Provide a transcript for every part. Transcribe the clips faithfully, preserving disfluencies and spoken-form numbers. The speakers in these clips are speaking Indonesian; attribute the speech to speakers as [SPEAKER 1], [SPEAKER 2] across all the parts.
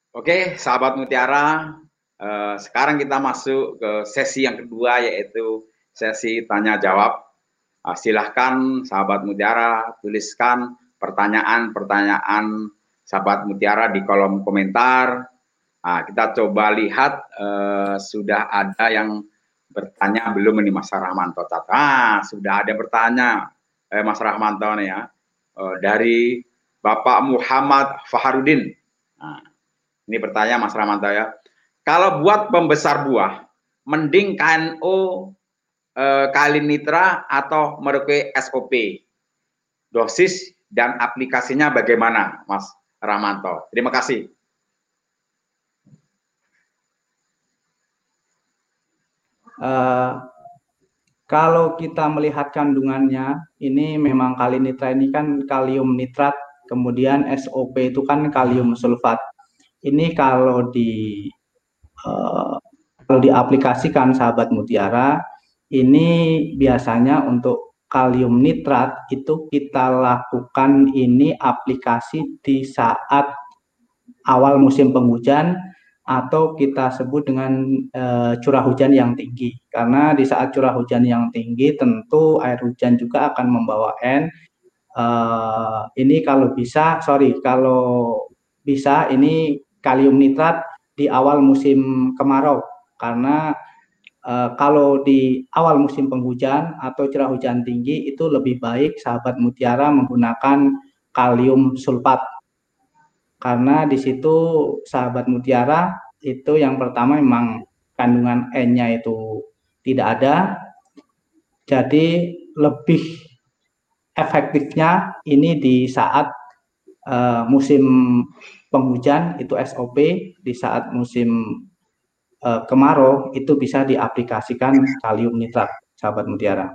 [SPEAKER 1] Oke, sahabat Mutiara, eh, sekarang kita masuk ke sesi yang kedua, yaitu sesi tanya jawab. Uh, silahkan sahabat Mutiara tuliskan pertanyaan-pertanyaan sahabat Mutiara di kolom komentar. Nah, kita coba lihat uh, sudah ada yang bertanya belum ini Mas Rahmanto? Ah, sudah ada bertanya eh, Mas Rahmanto nih ya, uh, dari Bapak Muhammad Faharudin. Nah, ini bertanya Mas Rahmanto ya. Kalau buat pembesar buah, mending K N O eh, Kalinitra atau Merauke S O P? Dosis dan aplikasinya bagaimana, Mas Rahmanto? Terima kasih.
[SPEAKER 2] Uh, kalau kita melihat kandungannya, ini memang kalinitra ini kan kalium nitrat, kemudian S O P itu kan kalium sulfat. Ini kalau di uh, kalau diaplikasikan sahabat Mutiara, ini biasanya untuk kalium nitrat itu kita lakukan ini aplikasi di saat awal musim penghujan atau kita sebut dengan uh, curah hujan yang tinggi. Karena di saat curah hujan yang tinggi tentu air hujan juga akan membawa N. Uh, ini kalau bisa, sorry, kalau bisa ini kalium nitrat di awal musim kemarau. Karena uh, kalau di awal musim penghujan atau curah hujan tinggi itu lebih baik sahabat Mutiara menggunakan kalium sulfat. Karena di situ sahabat Mutiara itu yang pertama memang kandungan N-nya itu tidak ada, jadi lebih efektifnya ini di saat uh, musim penghujan itu S O P, di saat musim uh, kemarau itu bisa diaplikasikan kalium nitrat, sahabat Mutiara.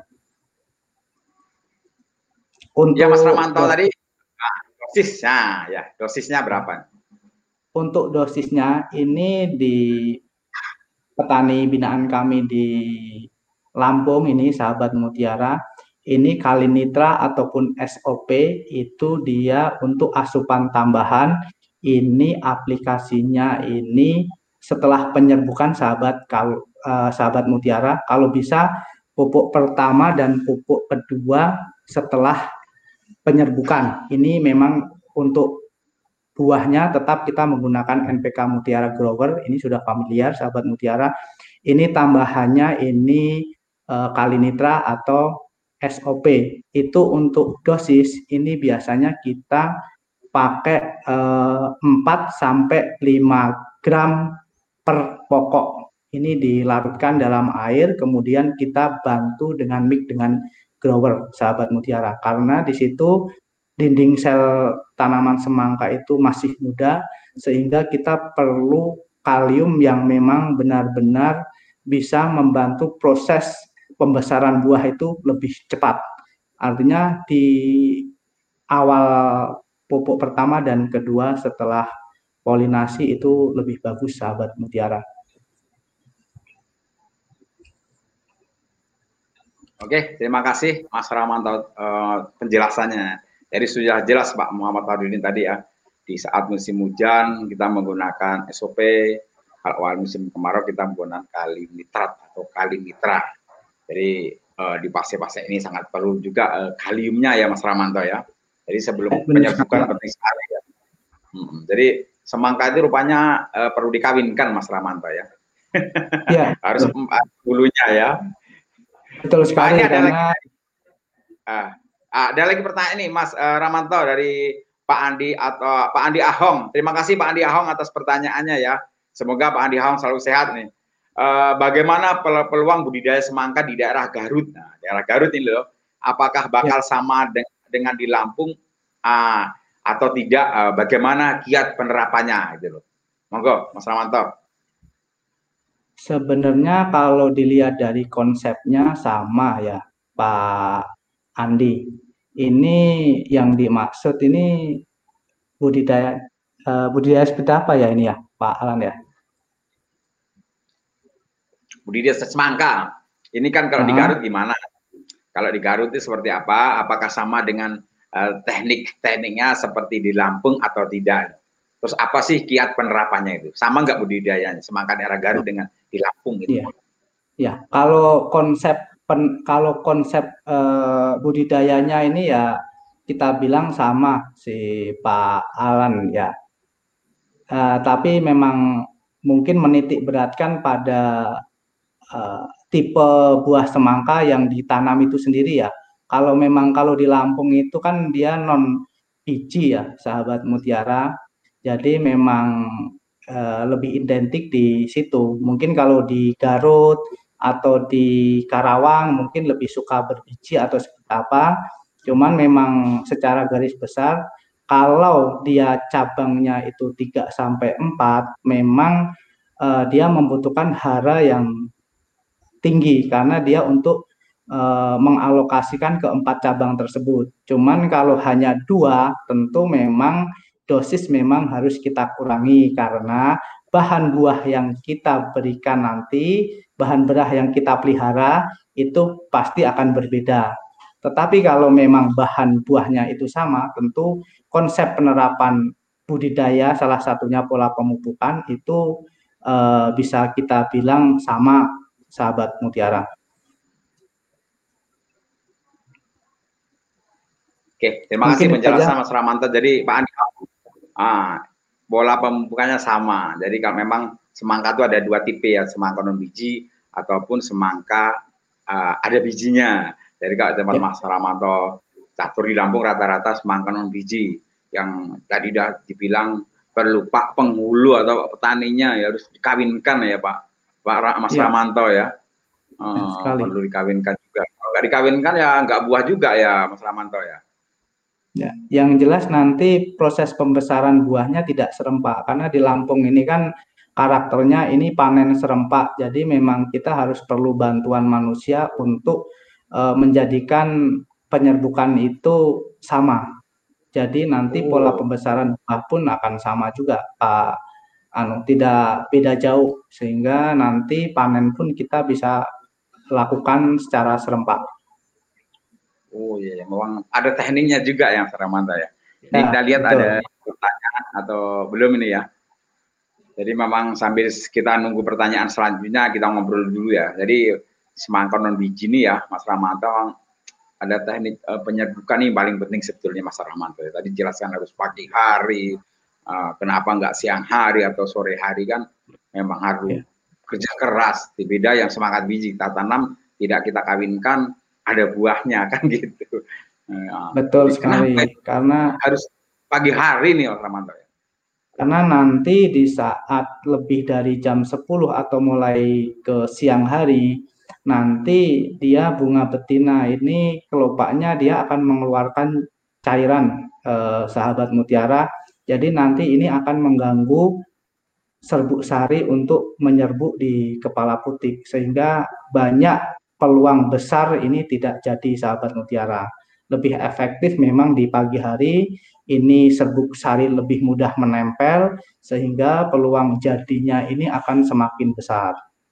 [SPEAKER 1] Untuk ya Mas Rahmanto
[SPEAKER 2] dos
[SPEAKER 1] tadi, nah, dosisnya, ya dosisnya berapa?
[SPEAKER 2] Untuk dosisnya ini di petani binaan kami di Lampung ini sahabat Mutiara, ini kalinitra ataupun S O P itu dia untuk asupan tambahan, ini aplikasinya ini setelah penyerbukan sahabat kalau uh, sahabat Mutiara, kalau bisa pupuk pertama dan pupuk kedua setelah penyerbukan. Ini memang untuk buahnya tetap kita menggunakan N P K Mutiara Grower, ini sudah familiar sahabat Mutiara. Ini tambahannya ini uh, kalinitra atau S O P. Itu untuk dosis ini biasanya kita pakai uh, empat sampai lima gram per pokok. Ini dilarutkan dalam air, kemudian kita bantu dengan mix dengan grower, sahabat Mutiara. Karena di situ dinding sel tanaman semangka itu masih muda, sehingga kita perlu kalium yang memang benar-benar bisa membantu proses pembesaran buah itu lebih cepat. Artinya di awal pupuk pertama dan kedua setelah polinasi itu lebih bagus, sahabat Mutiara.
[SPEAKER 1] Oke, terima kasih Mas Rahmanto uh, penjelasannya. Jadi sudah jelas Pak Muhammad Faharudin tadi ya, di saat musim hujan kita menggunakan S O P, kalau awal musim kemarau kita menggunakan kalium nitrat atau kalinitra. Jadi uh, di fase-fase ini sangat perlu juga uh, kaliumnya ya Mas Rahmanto ya. Jadi sebelum penyerbukan penting sekali ya. Hmm, jadi semangka itu rupanya uh, perlu dikawinkan Mas Rahmanto ya.
[SPEAKER 2] Ya,
[SPEAKER 1] harus bulunya ya.
[SPEAKER 2] betul sekali.
[SPEAKER 1] Pak, ini ada
[SPEAKER 2] karena
[SPEAKER 1] lagi. Uh, ada lagi pertanyaan nih Mas uh, Rahmanto dari Pak Andi atau Pak Andi Ahong. Terima kasih Pak Andi Ahong atas pertanyaannya ya. Semoga Pak Andi Ahong selalu sehat nih. Uh, bagaimana peluang budidaya semangka di daerah Garut? Nah, daerah Garut ini loh, apakah bakal ya. sama de dengan di Lampung uh, atau tidak? Uh, bagaimana kiat penerapannya gitu loh. Monggo Mas Rahmanto.
[SPEAKER 2] Sebenarnya kalau dilihat dari konsepnya sama ya Pak Andi. Ini yang dimaksud ini budidaya uh, budidaya seperti apa ya ini ya Pak Alan ya?
[SPEAKER 1] Budidaya semangka. Ini kan kalau uh-huh. di Garut gimana? Kalau di Garut itu seperti apa? Apakah sama dengan uh, teknik-tekniknya seperti di Lampung atau tidak? Terus apa sih kiat penerapannya itu? Sama nggak budidayanya semangka daerah Garut dengan di Lampung gitu?
[SPEAKER 2] Iya, ya. Kalau konsep pen, kalau konsep eh, budidayanya ini ya kita bilang sama si Pak Alan ya. Eh, tapi memang mungkin menitik beratkan pada eh, tipe buah semangka yang ditanam itu sendiri ya. Kalau memang kalau di Lampung itu kan dia non biji ya, sahabat mutiara. Jadi memang eh, lebih identik di situ. Mungkin kalau di Garut atau di Karawang mungkin lebih suka berbiji atau seperti apa. Cuman memang secara garis besar kalau dia cabangnya itu tiga sampai empat memang eh, dia membutuhkan hara yang tinggi karena dia untuk uh, mengalokasikan ke empat cabang tersebut. Cuman kalau hanya dua, tentu memang dosis memang harus kita kurangi karena bahan buah yang kita berikan nanti, bahan berah yang kita pelihara itu pasti akan berbeda. Tetapi kalau memang bahan buahnya itu sama, tentu konsep penerapan budidaya salah satunya pola pemupukan itu uh, bisa kita bilang sama sahabat mutiara.
[SPEAKER 1] Oke, terima
[SPEAKER 2] Mungkin
[SPEAKER 1] kasih penjelasan
[SPEAKER 2] saja.
[SPEAKER 1] Mas Ramanto. Jadi Pak Andi, ah, bola pemupukannya sama. Jadi kalau memang semangka itu ada dua tipe ya, semangka non biji ataupun semangka uh, ada bijinya. Jadi kalau tempat
[SPEAKER 2] Ya.
[SPEAKER 1] Mas Ramanto catur di Lampung rata-rata semangka non biji yang tadi sudah dibilang perlu Pak penghulu atau petaninya ya harus dikawinkan ya Pak, Pak Mas
[SPEAKER 2] Ya.
[SPEAKER 1] Ramanto ya.
[SPEAKER 2] Ya,
[SPEAKER 1] Uh,
[SPEAKER 2] sekali.
[SPEAKER 1] perlu dikawinkan juga. Kalau nggak dikawinkan ya nggak buah juga ya Mas Ramanto ya.
[SPEAKER 2] Ya, yang jelas nanti proses pembesaran buahnya tidak serempak karena di Lampung ini kan karakternya ini panen serempak. Jadi memang kita harus perlu bantuan manusia untuk uh, menjadikan penyerbukan itu sama. Jadi nanti pola
[SPEAKER 1] Oh.
[SPEAKER 2] pembesaran buah pun akan sama juga, Pak. Anu, tidak beda jauh sehingga nanti panen pun kita bisa lakukan secara serempak.
[SPEAKER 1] Oh iya, ya. Memang ada tekniknya juga yang Saramanta ya. Ini
[SPEAKER 2] Ya,
[SPEAKER 1] kita lihat ada
[SPEAKER 2] betul.
[SPEAKER 1] pertanyaan atau belum ini ya. Jadi memang sambil kita nunggu pertanyaan selanjutnya kita ngobrol dulu ya. Jadi semangka non biji ini ya, Mas Ramanto ada teknik uh, penyerbukan ini paling penting sebetulnya Mas Ramanto. Ya. Tadi jelaskan harus pagi hari, uh, kenapa nggak siang hari atau sore hari kan memang harus
[SPEAKER 2] Ya.
[SPEAKER 1] kerja keras. Beda yang semangat biji kita tanam tidak kita kawinkan ada buahnya kan gitu. Nah,
[SPEAKER 2] Betul
[SPEAKER 1] jadi
[SPEAKER 2] sekali,
[SPEAKER 1] kenapa
[SPEAKER 2] karena
[SPEAKER 1] harus pagi hari nih Mas Ramanto?
[SPEAKER 2] karena nanti di saat lebih dari jam sepuluh atau mulai ke siang hari, nanti dia bunga betina ini kelopaknya dia akan mengeluarkan cairan eh, sahabat mutiara. Jadi nanti ini akan mengganggu serbuk sari untuk menyerbuk di kepala putik sehingga banyak peluang besar ini tidak jadi sahabat mutiara. Lebih efektif memang di pagi hari ini serbuk sari lebih mudah menempel sehingga peluang jadinya ini akan semakin besar.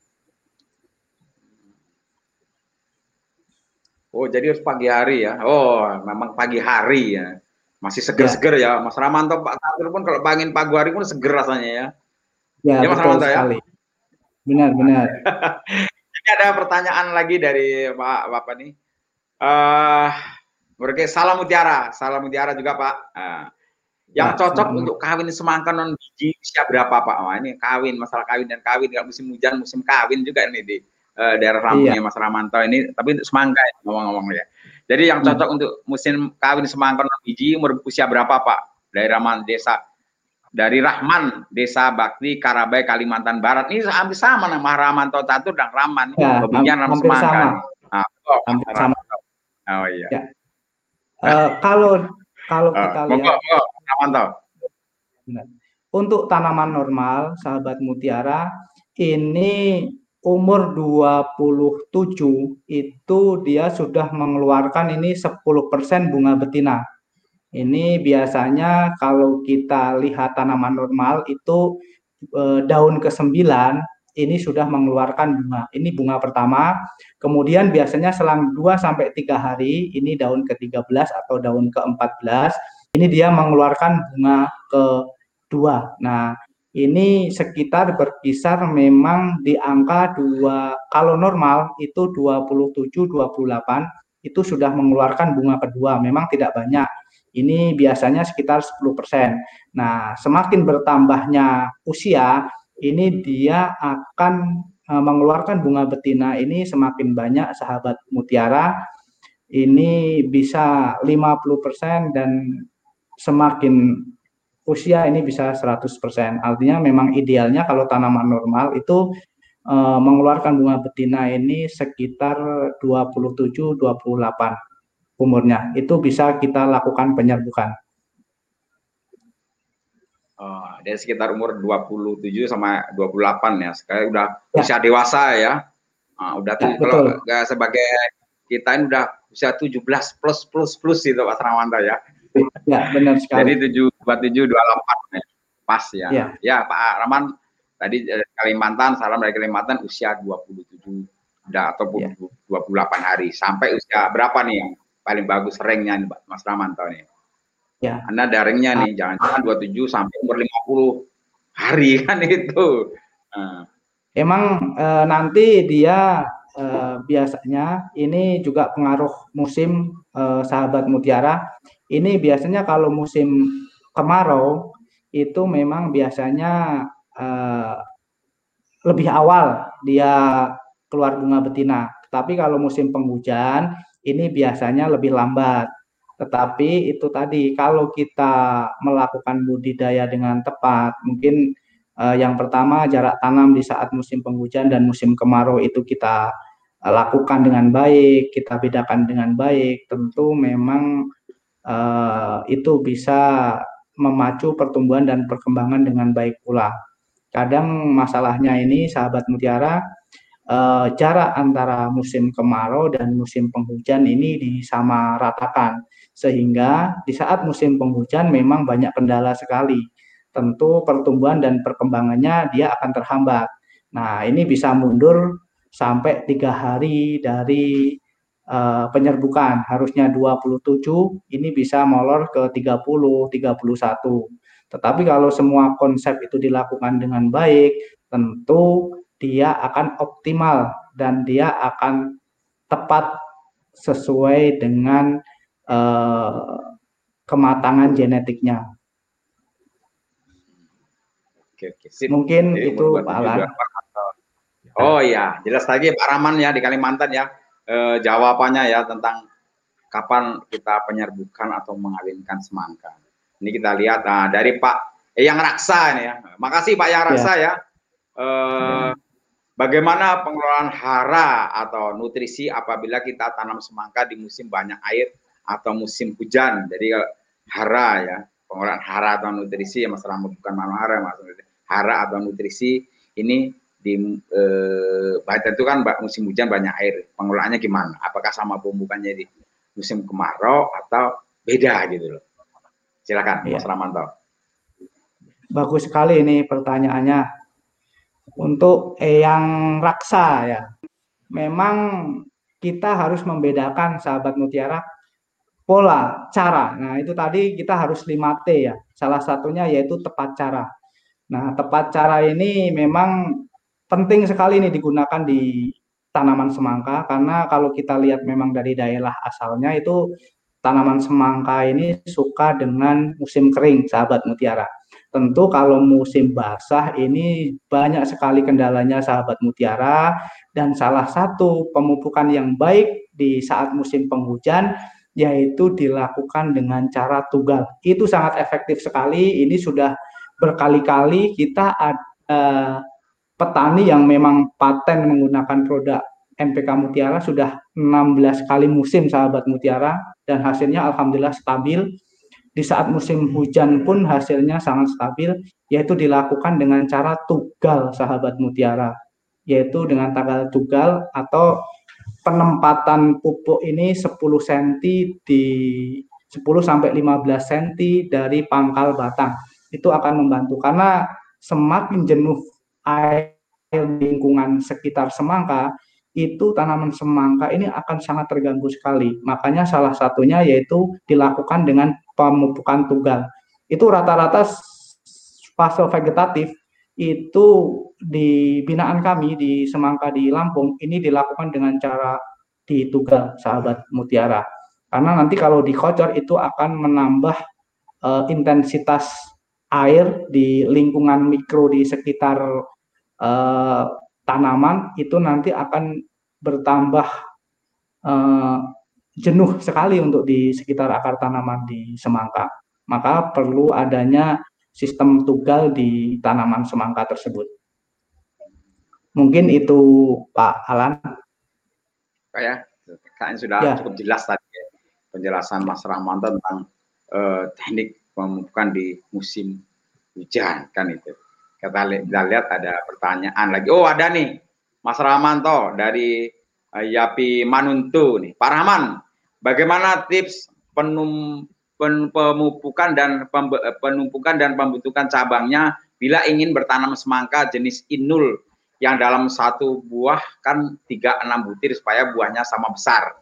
[SPEAKER 1] Oh, jadi harus pagi hari ya. Oh, memang pagi hari ya. Masih
[SPEAKER 2] Ya,
[SPEAKER 1] seger-seger ya. Mas Ramanto, Pak Kadir pun kalau pangin pagi hari pun seger rasanya ya.
[SPEAKER 2] ya
[SPEAKER 1] Ya Mas
[SPEAKER 2] betul
[SPEAKER 1] Ramanto ya.
[SPEAKER 2] sekali. Benar-benar.
[SPEAKER 1] Ini ada pertanyaan lagi dari Pak Bapak nih. Eh, uh, salam mutiara, salam mutiara juga Pak. Uh, yang
[SPEAKER 2] Ya,
[SPEAKER 1] cocok
[SPEAKER 2] salam.
[SPEAKER 1] untuk kawin semangka non biji usia berapa Pak? Wah, ini kawin, masalah kawin dan kawin, kalau musim hujan, musim kawin juga ini di uh, daerah
[SPEAKER 2] Iya.
[SPEAKER 1] Lampungnya Mas Ramanto ini, tapi untuk semangka ya, ngomong-ngomong ya. Jadi yang cocok hmm. untuk musim kawin semangka non biji umur usia berapa Pak? Daerah desa dari Rahman, Desa Bakti, Karabai, Kalimantan Barat. Ini hampir sama nama Ramanto Catur dan Rahman.
[SPEAKER 2] Ya,
[SPEAKER 1] Hobinya nanam
[SPEAKER 2] hampir
[SPEAKER 1] semangka
[SPEAKER 2] sama.
[SPEAKER 1] nih. Nah, oh,
[SPEAKER 2] hampir sama.
[SPEAKER 1] Oh iya.
[SPEAKER 2] Ya. Uh, kalau kalau kita
[SPEAKER 1] uh,
[SPEAKER 2] lihat
[SPEAKER 1] monggo, Ramanto.
[SPEAKER 2] Untuk tanaman normal, sahabat mutiara, ini umur dua puluh tujuh itu dia sudah mengeluarkan ini sepuluh persen bunga betina. Ini biasanya kalau kita lihat tanaman normal itu eh, daun kesembilan ini sudah mengeluarkan bunga. Ini bunga pertama. Kemudian biasanya selang dua sampai tiga hari ini daun ke tiga belas atau daun ke empat belas ini dia mengeluarkan bunga ke dua. Nah, ini sekitar berkisar memang di angka dua, kalau normal itu dua puluh tujuh dua puluh delapan itu sudah mengeluarkan bunga kedua, memang tidak banyak. Ini biasanya sekitar sepuluh persen. Nah, semakin bertambahnya usia, ini dia akan uh, mengeluarkan bunga betina ini semakin banyak, sahabat mutiara. Ini bisa lima puluh persen dan semakin usia ini bisa seratus persen. Artinya memang idealnya kalau tanaman normal itu uh, mengeluarkan bunga betina ini sekitar dua puluh tujuh dua puluh delapan umurnya. Itu bisa kita lakukan penyerbukan.
[SPEAKER 1] Oh, dia sekitar umur dua puluh tujuh sama dua puluh delapan ya. Sekarang udah ya. Usia dewasa ya. Nah, udah tuh ya, kalau nggak sebagai kita ini udah usia tujuh belas plus plus plus itu Pak Ramanta ya.
[SPEAKER 2] Ya, benar sekali.
[SPEAKER 1] Jadi tujuh dua tujuh dua delapan ya. Pas ya. Ya, ya Pak Rahman tadi dari Kalimantan, salam dari Kalimantan usia dua puluh tujuh udah ataupun ya. dua puluh delapan hari. Sampai usia berapa nih yang paling bagus ranknya nih Mas Ramanto nih? Ya. Anda daringnya nih, jangan-jangan dua puluh tujuh sampai umur lima puluh hari kan itu. Nah.
[SPEAKER 2] Emang e, nanti dia e, biasanya ini juga pengaruh musim, e, sahabat mutiara. Ini biasanya kalau musim kemarau itu memang biasanya e, lebih awal dia keluar bunga betina. Tapi kalau musim penghujan ini biasanya lebih lambat. Tetapi itu tadi, kalau kita melakukan budidaya dengan tepat, mungkin eh, yang pertama jarak tanam di saat musim penghujan dan musim kemarau itu kita eh, lakukan dengan baik, kita bedakan dengan baik, tentu memang eh, itu bisa memacu pertumbuhan dan perkembangan dengan baik pula. Kadang masalahnya ini, sahabat mutiara, eh, jarak antara musim kemarau dan musim penghujan ini disamaratakan. Sehingga di saat musim penghujan memang banyak kendala sekali. Tentu pertumbuhan dan perkembangannya dia akan terhambat. Nah, ini bisa mundur sampai tiga hari dari uh, penyerbukan. Harusnya dua puluh tujuh, ini bisa molor ke tiga puluh, tiga puluh satu. Tetapi kalau semua konsep itu dilakukan dengan baik, tentu dia akan optimal dan dia akan tepat sesuai dengan eh, kematangan genetiknya.
[SPEAKER 1] Oke, oke. Sip.
[SPEAKER 2] Mungkin jadi, itu Pak Alan.
[SPEAKER 1] Oh iya, jelas lagi Pak Rahman ya di Kalimantan ya, eh, jawabannya ya tentang kapan kita penyerbukan atau mengawinkan semangka. Ini kita lihat nah, dari Pak eh, Yang Raksa ini ya. Makasih Pak Yang Raksa ya. ya. Eh, ya. Bagaimana pengelolaan hara atau nutrisi apabila kita tanam semangka di musim banyak air atau musim hujan? Jadi hara ya, pengelolaan hara atau nutrisi ya Mas Rama, bukan hara Mas. Hara atau nutrisi ini di eh, itu kan musim hujan banyak air. Pengelolaannya gimana? Apakah sama pemupukannya di musim kemarau atau beda gitu loh? Silakan ya. Mas Ramanto.
[SPEAKER 2] Bagus sekali ini pertanyaannya. Untuk Yang Raksa ya, memang kita harus membedakan, sahabat mutiara, pola, cara. Nah, itu tadi kita harus lima T ya. Salah satunya yaitu tepat cara. Nah, tepat cara ini memang penting sekali nih digunakan di tanaman semangka, karena kalau kita lihat memang dari daerah asalnya itu tanaman semangka ini suka dengan musim kering, sahabat mutiara. Tentu kalau musim basah ini banyak sekali kendalanya, sahabat mutiara, dan salah satu pemupukan yang baik di saat musim penghujan yaitu dilakukan dengan cara tugal. Itu sangat efektif sekali. Ini sudah berkali-kali kita ada petani yang memang paten menggunakan produk N P K Mutiara sudah enam belas kali musim, sahabat mutiara, dan hasilnya alhamdulillah stabil. Di saat musim hujan pun hasilnya sangat stabil, yaitu dilakukan dengan cara tugal, sahabat mutiara, yaitu dengan tanggal tugal atau penempatan pupuk ini sepuluh sentimeter di sepuluh sampai lima belas sentimeter dari pangkal batang. Itu akan membantu, karena semakin jenuh air lingkungan sekitar semangka, itu tanaman semangka ini akan sangat terganggu sekali. Makanya salah satunya yaitu dilakukan dengan pemupukan tugal. Itu rata-rata fase vegetatif itu di binaan kami di Semangka di Lampung ini dilakukan dengan cara ditugal, sahabat mutiara. Karena nanti kalau dikocor itu akan menambah uh, intensitas air di lingkungan mikro di sekitar uh, tanaman itu nanti akan bertambah uh, jenuh sekali untuk di sekitar akar tanaman di semangka. Maka perlu adanya sistem tugal di tanaman semangka tersebut. Mungkin itu Pak Alan.
[SPEAKER 1] Ya, kayaknya sudah ya. Cukup jelas tadi ya, penjelasan Mas Rahmanto tentang uh, teknik pemupukan di musim hujan kan itu. Kita, li kita lihat ada pertanyaan lagi. Oh ada nih Mas Rahmanto dari uh, Yapi Manuntu nih. Pak Rahman, bagaimana tips penum, pen, pemupukan dan pem, penumpukan dan pembentukan cabangnya bila ingin bertanam semangka jenis inul yang dalam satu buah kan tiga enam butir supaya buahnya sama besar.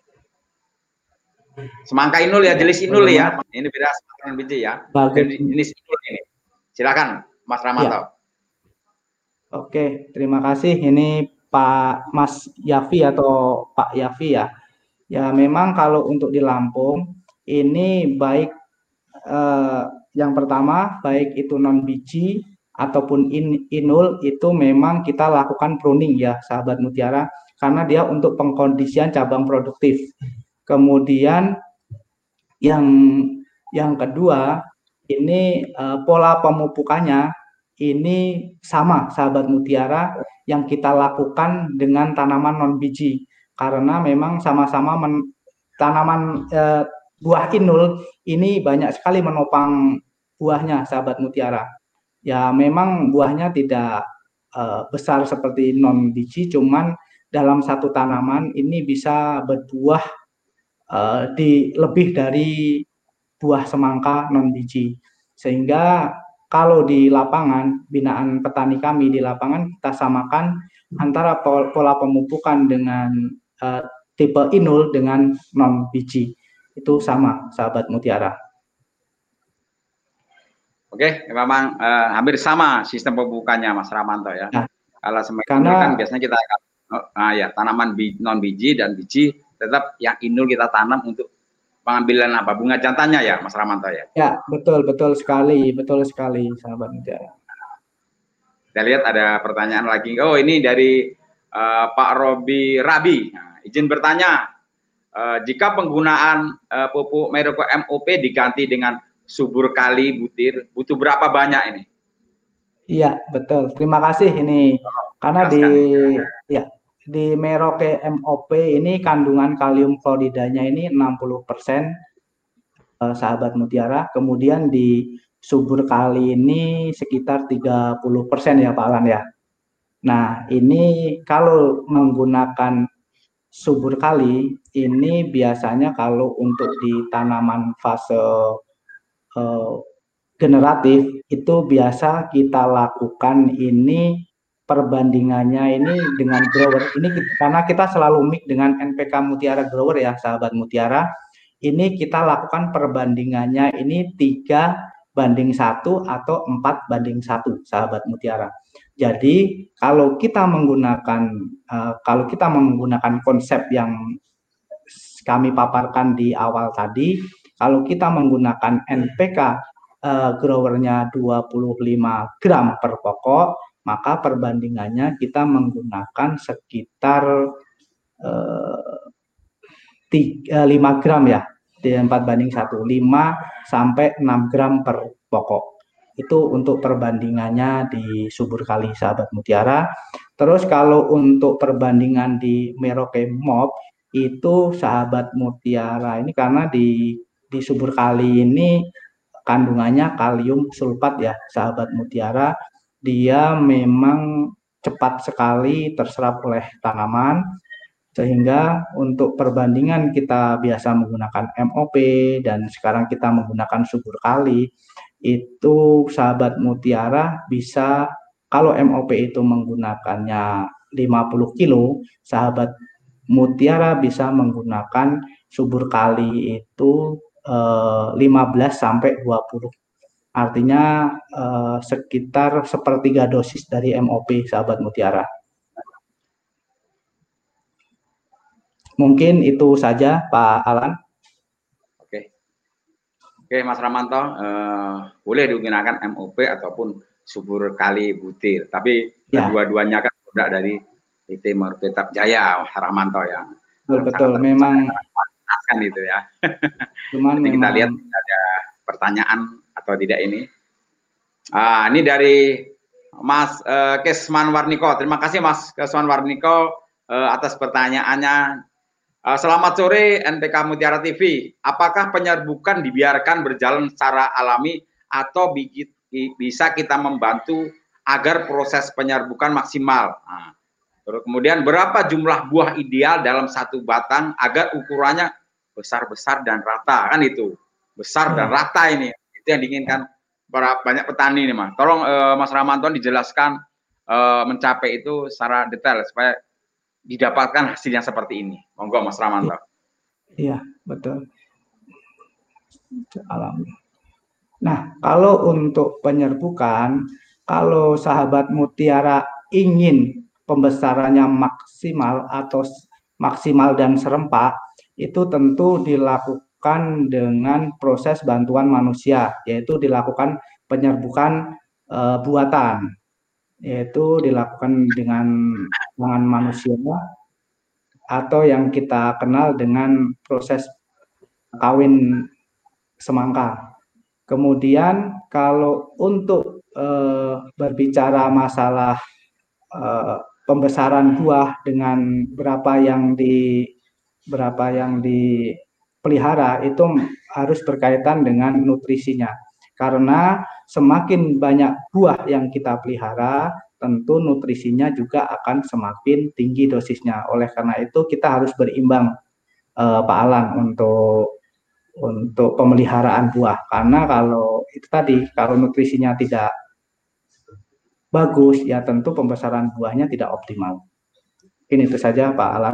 [SPEAKER 1] Semangka inul ya, jenis inul ya. Ini beda dengan biji ya. Jenis inul ini. Silakan Mas Rahmanto. Ya.
[SPEAKER 2] Oke, terima kasih. Ini Pak Mas Yafi atau Pak Yafi ya. Ya memang kalau untuk di Lampung ini baik eh, yang pertama baik itu non biji ataupun in, inul itu memang kita lakukan pruning ya sahabat mutiara karena dia untuk pengkondisian cabang produktif. Kemudian yang yang kedua ini uh, pola pemupukannya ini sama sahabat mutiara yang kita lakukan dengan tanaman non biji karena memang sama-sama tanaman uh, buah inul ini banyak sekali menopang buahnya sahabat mutiara. Ya memang buahnya tidak uh, besar seperti non biji, cuman dalam satu tanaman ini bisa berbuah uh, di lebih dari buah semangka non biji. Sehingga kalau di lapangan binaan petani kami di lapangan kita samakan antara pola pemupukan dengan uh, tipe inul dengan non biji itu sama sahabat mutiara.
[SPEAKER 1] Oke, memang uh, hampir sama sistem pemupukannya Mas Rahmanto ya. Nah, kalau semangka karena kan biasanya kita akan nah ya tanaman bi, non biji dan biji tetap yang inul kita tanam untuk pengambilan apa bunga jantannya ya Mas Rahmanto ya.
[SPEAKER 2] Ya betul betul sekali betul sekali sahabat mutiara.
[SPEAKER 1] Kita lihat ada pertanyaan lagi. Oh ini dari uh, Pak Robi Rabi. Nah, izin bertanya, uh, jika penggunaan uh, pupuk Meroko M O P diganti dengan subur kali butir, butuh berapa banyak ini?
[SPEAKER 2] Iya betul. Terima kasih ini oh, karena di ya di Merauke M O P ini kandungan kalium kloridanya ini enam puluh persen eh, sahabat mutiara. Kemudian di subur kali ini sekitar tiga puluh persen ya Pak Alan ya. Nah ini kalau menggunakan subur kali ini biasanya kalau untuk di tanaman fase eh, generatif itu biasa kita lakukan ini perbandingannya ini dengan grower ini karena kita selalu mix dengan N P K Mutiara Grower ya sahabat mutiara ini kita lakukan perbandingannya ini tiga banding satu atau empat banding satu sahabat mutiara. Jadi kalau kita menggunakan uh, kalau kita menggunakan konsep yang kami paparkan di awal tadi, kalau kita menggunakan N P K uh, growernya dua puluh lima gram per pokok, maka perbandingannya kita menggunakan sekitar uh, tiga, lima gram ya, di empat banding satu, lima sampai enam gram per pokok. Itu untuk perbandingannya di subur kali sahabat mutiara. Terus kalau untuk perbandingan di Merauke M O P itu sahabat mutiara ini karena di di subur kali ini kandungannya kalium sulfat ya sahabat mutiara, dia memang cepat sekali terserap oleh tanaman sehingga untuk perbandingan kita biasa menggunakan M O P dan sekarang kita menggunakan subur kali itu sahabat mutiara bisa kalau M O P itu menggunakannya lima puluh kilo, sahabat mutiara bisa menggunakan subur kali itu eh, lima belas sampai dua puluh Artinya eh, sekitar sepertiga dosis dari M O P, sahabat Mutiara. Mungkin itu saja, Pak Alan.
[SPEAKER 1] Oke, oke Mas Ramanto, eh, boleh digunakan M O P ataupun subur kali butir, tapi
[SPEAKER 2] Ya,
[SPEAKER 1] kedua-duanya kan produk dari P T Marketab Jaya, Mas Ramanto ya, yang sangat
[SPEAKER 2] betul-betul.
[SPEAKER 1] terpercaya
[SPEAKER 2] Memang,
[SPEAKER 1] kan itu ya.
[SPEAKER 2] cuman
[SPEAKER 1] Nanti kita lihat
[SPEAKER 2] memang,
[SPEAKER 1] ada pertanyaan atau tidak ini. Ah, ini dari Mas uh, Kesman Warniko. Terima kasih Mas Kesman Warniko uh, atas pertanyaannya. Uh, selamat sore N P K Mutiara T V. Apakah penyerbukan dibiarkan berjalan secara alami atau bisa kita membantu agar proses penyerbukan maksimal? Nah, terus kemudian berapa jumlah buah ideal dalam satu batang agar ukurannya besar-besar dan rata, kan itu. Besar dan
[SPEAKER 2] ya,
[SPEAKER 1] rata ini. Itu yang diinginkan para banyak petani nih, Mas. Tolong uh, Mas Ramanto dijelaskan uh, mencapai itu secara detail supaya didapatkan hasil yang seperti ini. Monggo Mas Ramanto.
[SPEAKER 2] iya, betul. Alami. Nah, kalau untuk penyerbukan, kalau sahabat Mutiara ingin pembesarannya maksimal atau maksimal dan serempak, itu tentu dilakukan dengan proses bantuan manusia, yaitu dilakukan penyerbukan e, buatan, yaitu dilakukan dengan tangan manusia atau yang kita kenal dengan proses kawin semangka. Kemudian kalau untuk eh, berbicara masalah eh, pembesaran buah dengan berapa yang di berapa yang dipelihara itu harus berkaitan dengan nutrisinya. Karena semakin banyak buah yang kita pelihara, tentu nutrisinya juga akan semakin tinggi dosisnya. Oleh karena itu kita harus berimbang, eh, Pak Alan, untuk untuk pemeliharaan buah. Karena kalau itu tadi, kalau nutrisinya tidak bagus, ya tentu pembesaran buahnya tidak optimal. Mungkin itu saja, Pak Alan.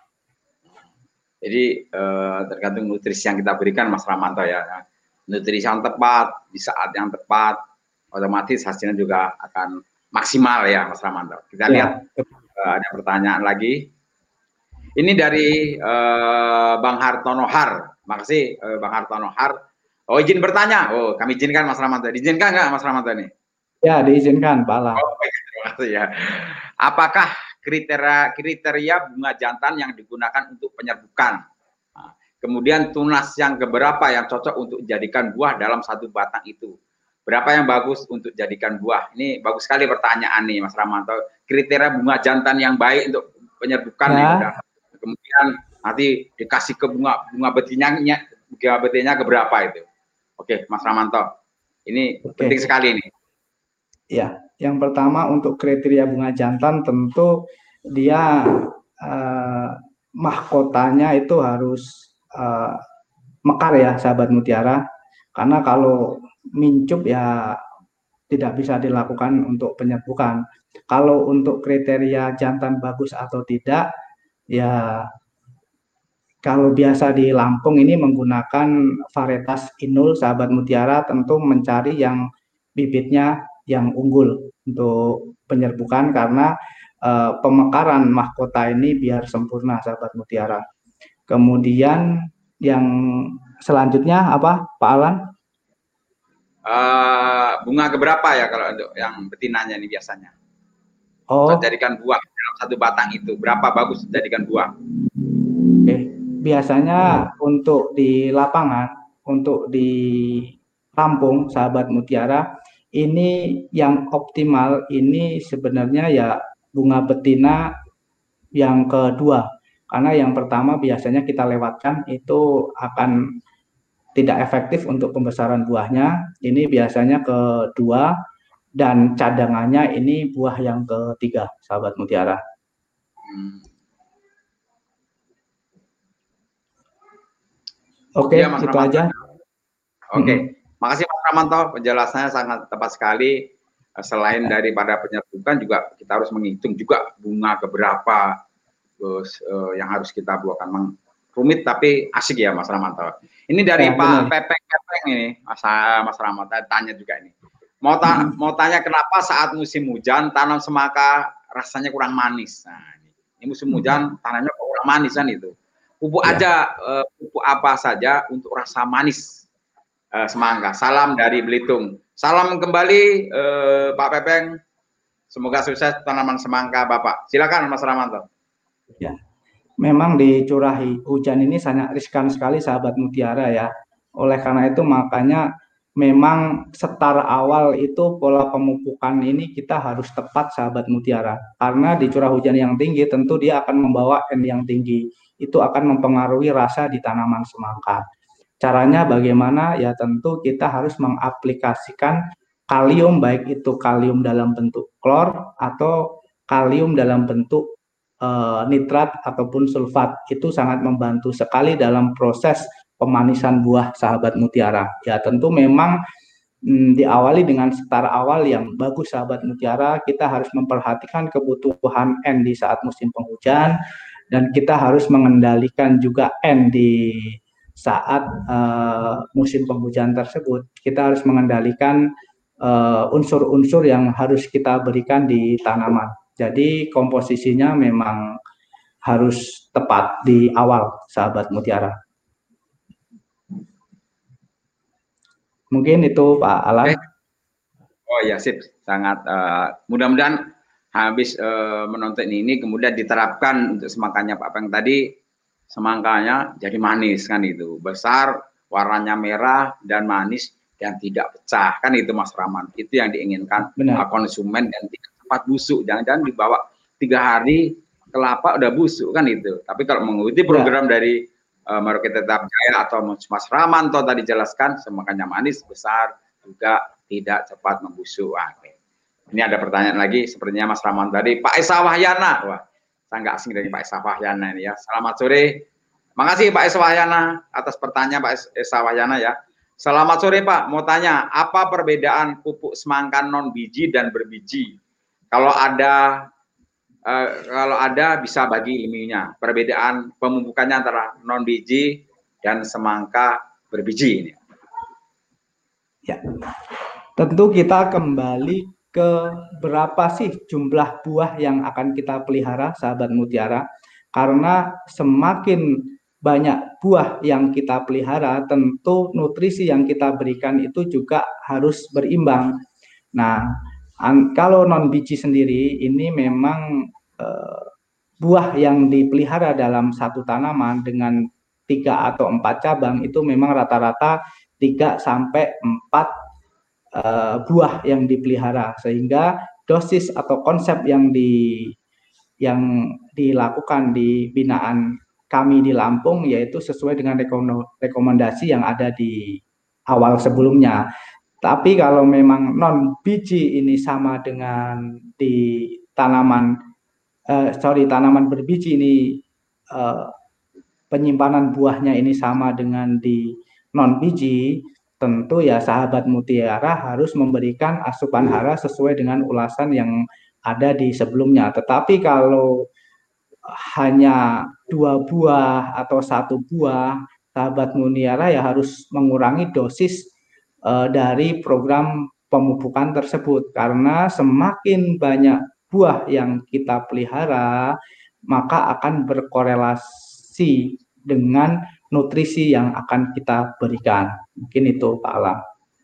[SPEAKER 1] Jadi eh, tergantung nutrisi yang kita berikan, Mas Ramanto ya. Nutrisi yang tepat di saat yang tepat, otomatis hasilnya juga akan maksimal ya, Mas Ramanto. Kita
[SPEAKER 2] Ya,
[SPEAKER 1] lihat eh, ada pertanyaan lagi. Ini dari eh, Bang Hartono Har. Makasih eh, Bang Hartono Har. Oh, izin bertanya. Oh, kami izinkan Mas Ramanto. Diizinkan nggak Mas Ramanto ini?
[SPEAKER 2] ya diizinkan, Pak Alan.
[SPEAKER 1] Oh, terima kasih ya. Apakah kriteria kriteria bunga jantan yang digunakan untuk penyerbukan? Nah, kemudian tunas yang keberapa yang cocok untuk dijadikan buah dalam satu batang itu? Berapa yang bagus untuk jadikan buah? Ini bagus sekali pertanyaan nih Mas Ramanto. Kriteria bunga jantan yang baik untuk penyerbukan
[SPEAKER 2] Ya,
[SPEAKER 1] nih udah. Kemudian nanti dikasih ke bunga bunga betinanya, bunga betinanya keberapa itu? Oke, Mas Ramanto. Ini
[SPEAKER 2] oke.
[SPEAKER 1] penting sekali nih.
[SPEAKER 2] Ya, yang pertama untuk kriteria bunga jantan tentu dia eh, mahkotanya itu harus eh, mekar ya, sahabat Mutiara. Karena kalau mincup ya tidak bisa dilakukan untuk penyerbukan. Kalau untuk kriteria jantan bagus atau tidak, ya kalau biasa di Lampung ini menggunakan varietas Inul, sahabat Mutiara, tentu mencari yang bibitnya yang unggul untuk penyerbukan karena eh, pemekaran mahkota ini biar sempurna, sahabat Mutiara. Kemudian yang selanjutnya apa, Pak Alan?
[SPEAKER 1] Uh, bunga keberapa ya kalau untuk yang betinanya ini biasanya? Cocok
[SPEAKER 2] Oh,
[SPEAKER 1] jadikan buah dalam satu batang itu. Berapa bagus jadikan buah?
[SPEAKER 2] oke. Biasanya untuk di lapangan, untuk di Lampung, sahabat Mutiara, ini yang optimal ini sebenarnya ya bunga betina yang kedua. Karena yang pertama biasanya kita lewatkan itu akan tidak efektif untuk pembesaran buahnya. Ini biasanya kedua dan cadangannya ini buah yang ketiga, sahabat Mutiara.
[SPEAKER 1] Hmm.
[SPEAKER 2] Oke,
[SPEAKER 1] Iya Mas
[SPEAKER 2] itu
[SPEAKER 1] Ramanto.
[SPEAKER 2] aja.
[SPEAKER 1] Oke, makasih Mas Ramanto, penjelasannya sangat tepat sekali. Selain daripada penyerbukan juga kita harus menghitung juga bunga keberapa terus uh, yang harus kita buahkan. Memang rumit tapi asik ya Mas Ramanto. Ini dari
[SPEAKER 2] Ya,
[SPEAKER 1] Pak
[SPEAKER 2] benar.
[SPEAKER 1] Pepeng-Pepeng ini, Mas Mas Ramanto tanya juga ini. Mau ta
[SPEAKER 2] Hmm.
[SPEAKER 1] mau tanya kenapa saat musim hujan tanam semangka rasanya kurang manis. Nah, ini, ini musim hujan tanamnya kok kurang manis kan itu. Pupuk
[SPEAKER 2] Ya.
[SPEAKER 1] aja uh, pupuk apa saja untuk rasa manis uh, semangka. Salam dari Belitung. Salam kembali uh, Pak Pepeng. Semoga sukses tanaman semangka Bapak. Silakan Mas Ramanto.
[SPEAKER 2] Ya. Memang di curah hujan ini sangat riskan sekali sahabat mutiara ya. Oleh karena itu makanya memang setar awal itu pola pemupukan ini kita harus tepat sahabat mutiara. Karena di curah hujan yang tinggi tentu dia akan membawa N yang tinggi. Itu akan mempengaruhi rasa di tanaman semangka. Caranya bagaimana? Ya tentu kita harus mengaplikasikan kalium, baik itu kalium dalam bentuk klor atau kalium dalam bentuk uh, nitrat ataupun sulfat. Itu sangat membantu sekali dalam proses pemanisan buah sahabat mutiara. Ya tentu memang hmm, diawali dengan setar awal yang bagus sahabat mutiara. Kita harus memperhatikan kebutuhan N di saat musim penghujan, dan kita harus mengendalikan juga N di saat uh, musim penghujan tersebut. Kita harus mengendalikan unsur-unsur uh, yang harus kita berikan di tanaman. Jadi komposisinya memang harus tepat di awal sahabat mutiara. Mungkin itu Pak Alan.
[SPEAKER 1] Okay. Oh ya sip, sangat uh, mudah-mudahan habis uh, menonton ini kemudian diterapkan untuk semangkanya Pak Peng tadi, semangkanya jadi manis kan itu, besar, warnanya merah dan manis dan tidak pecah kan itu Mas Rahman. Itu yang diinginkan uh, konsumen dan tidak cepat busuk. Jangan-jangan dibawa tiga hari kelapa udah busuk kan itu. Tapi kalau mengikuti program ya. dari uh, Market Tetap Jaya atau Mas Ramanto tadi jelaskan, semangkanya manis, besar, juga tidak cepat membusuk. Wah, ini ada pertanyaan lagi, sepertinya Mas Raman tadi, Pak Esa Wahyana. Wah, saya nggak asing dari Pak Esa Wahyana ini ya. Selamat sore. Makasih Pak Esa Wahyana atas pertanyaan Pak Esa Wahyana ya. Selamat sore Pak, mau tanya, apa perbedaan pupuk semangka non biji dan berbiji? Kalau ada eh, kalau ada bisa bagi ilmunya. Perbedaan pemupukannya antara non biji dan semangka berbiji ini.
[SPEAKER 2] Ya. Tentu kita kembali ke berapa sih jumlah buah yang akan kita pelihara, sahabat mutiara. Karena semakin banyak buah yang kita pelihara, tentu nutrisi yang kita berikan itu juga harus berimbang. Nah, kalau non biji sendiri, ini memang eh, buah yang dipelihara dalam satu tanaman dengan tiga atau empat cabang, itu memang rata-rata tiga sampai empat Uh, buah yang dipelihara, sehingga dosis atau konsep yang di yang dilakukan di binaan kami di Lampung yaitu sesuai dengan rekomendasi yang ada di awal sebelumnya. Tapi kalau memang non biji ini sama dengan di tanaman uh, sorry tanaman berbiji ini, uh, penyimpanan buahnya ini sama dengan di non biji, tentu ya sahabat mutiara harus memberikan asupan hara sesuai dengan ulasan yang ada di sebelumnya. Tetapi kalau hanya dua buah atau satu buah, sahabat mutiara ya harus mengurangi dosis uh, dari program pemupukan tersebut, karena semakin banyak buah yang kita pelihara maka akan berkorelasi dengan nutrisi yang akan kita berikan. Mungkin itu Pak Alam.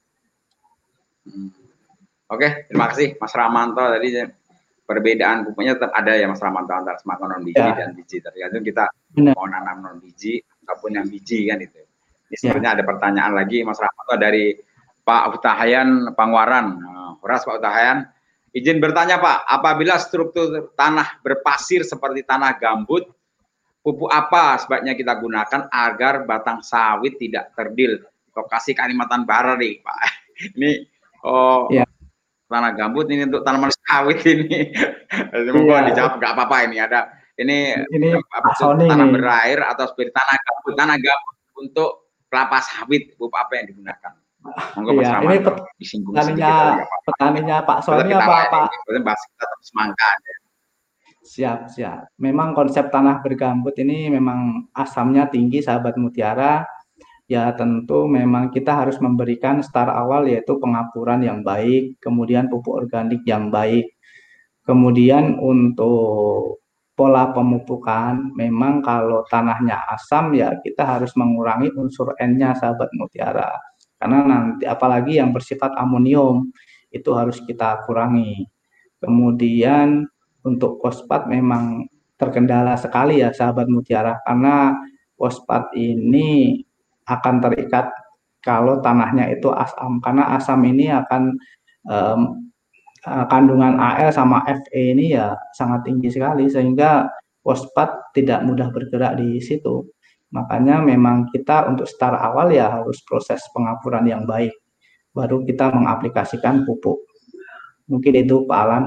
[SPEAKER 1] Hmm. Oke, terima kasih Mas Ramanto. Tadi perbedaan pupuknya tetap ada ya Mas Ramanto antara semangka non biji ya. dan biji. Tergantung kita Benar. mau nanam non biji ataupun yang biji kan itu. Ini sebenarnya ya. ada pertanyaan lagi Mas Ramanto dari Pak Utahayan Pangwaran. Horas Pak Utahayan, izin bertanya Pak, apabila struktur tanah berpasir seperti tanah gambut, pupuk apa sebaiknya kita gunakan agar batang sawit tidak terdil? Lokasi Kalimantan Barat nih Pak. Ini oh ya. tanah gambut ini untuk tanaman sawit ini. Semoga iya. dijawab nggak apa-apa ini ada ini, ini tanah ini. berair atau seperti tanah gambut tanah gambut untuk kelapa sawit, pupuk apa yang digunakan? Monggo Mas Rahman, ini
[SPEAKER 2] petaninya petaninya Pak Sony apa Pak?
[SPEAKER 1] Bahas kita semangka. Ya.
[SPEAKER 2] Siap, siap. Memang konsep tanah bergambut ini memang asamnya tinggi, sahabat mutiara. Ya tentu memang kita harus memberikan start awal yaitu pengapuran yang baik, kemudian pupuk organik yang baik. Kemudian untuk pola pemupukan, memang kalau tanahnya asam ya kita harus mengurangi unsur N-nya, sahabat mutiara. Karena nanti apalagi yang bersifat amonium itu harus kita kurangi. Kemudian untuk fosfat memang terkendala sekali ya, sahabat mutiara, karena fosfat ini akan terikat kalau tanahnya itu asam, karena asam ini akan um, kandungan A L sama Fe ini ya sangat tinggi sekali sehingga fosfat tidak mudah bergerak di situ. Makanya memang kita untuk start awal ya harus proses pengapuran yang baik, baru kita mengaplikasikan pupuk. Mungkin itu Pak Alan.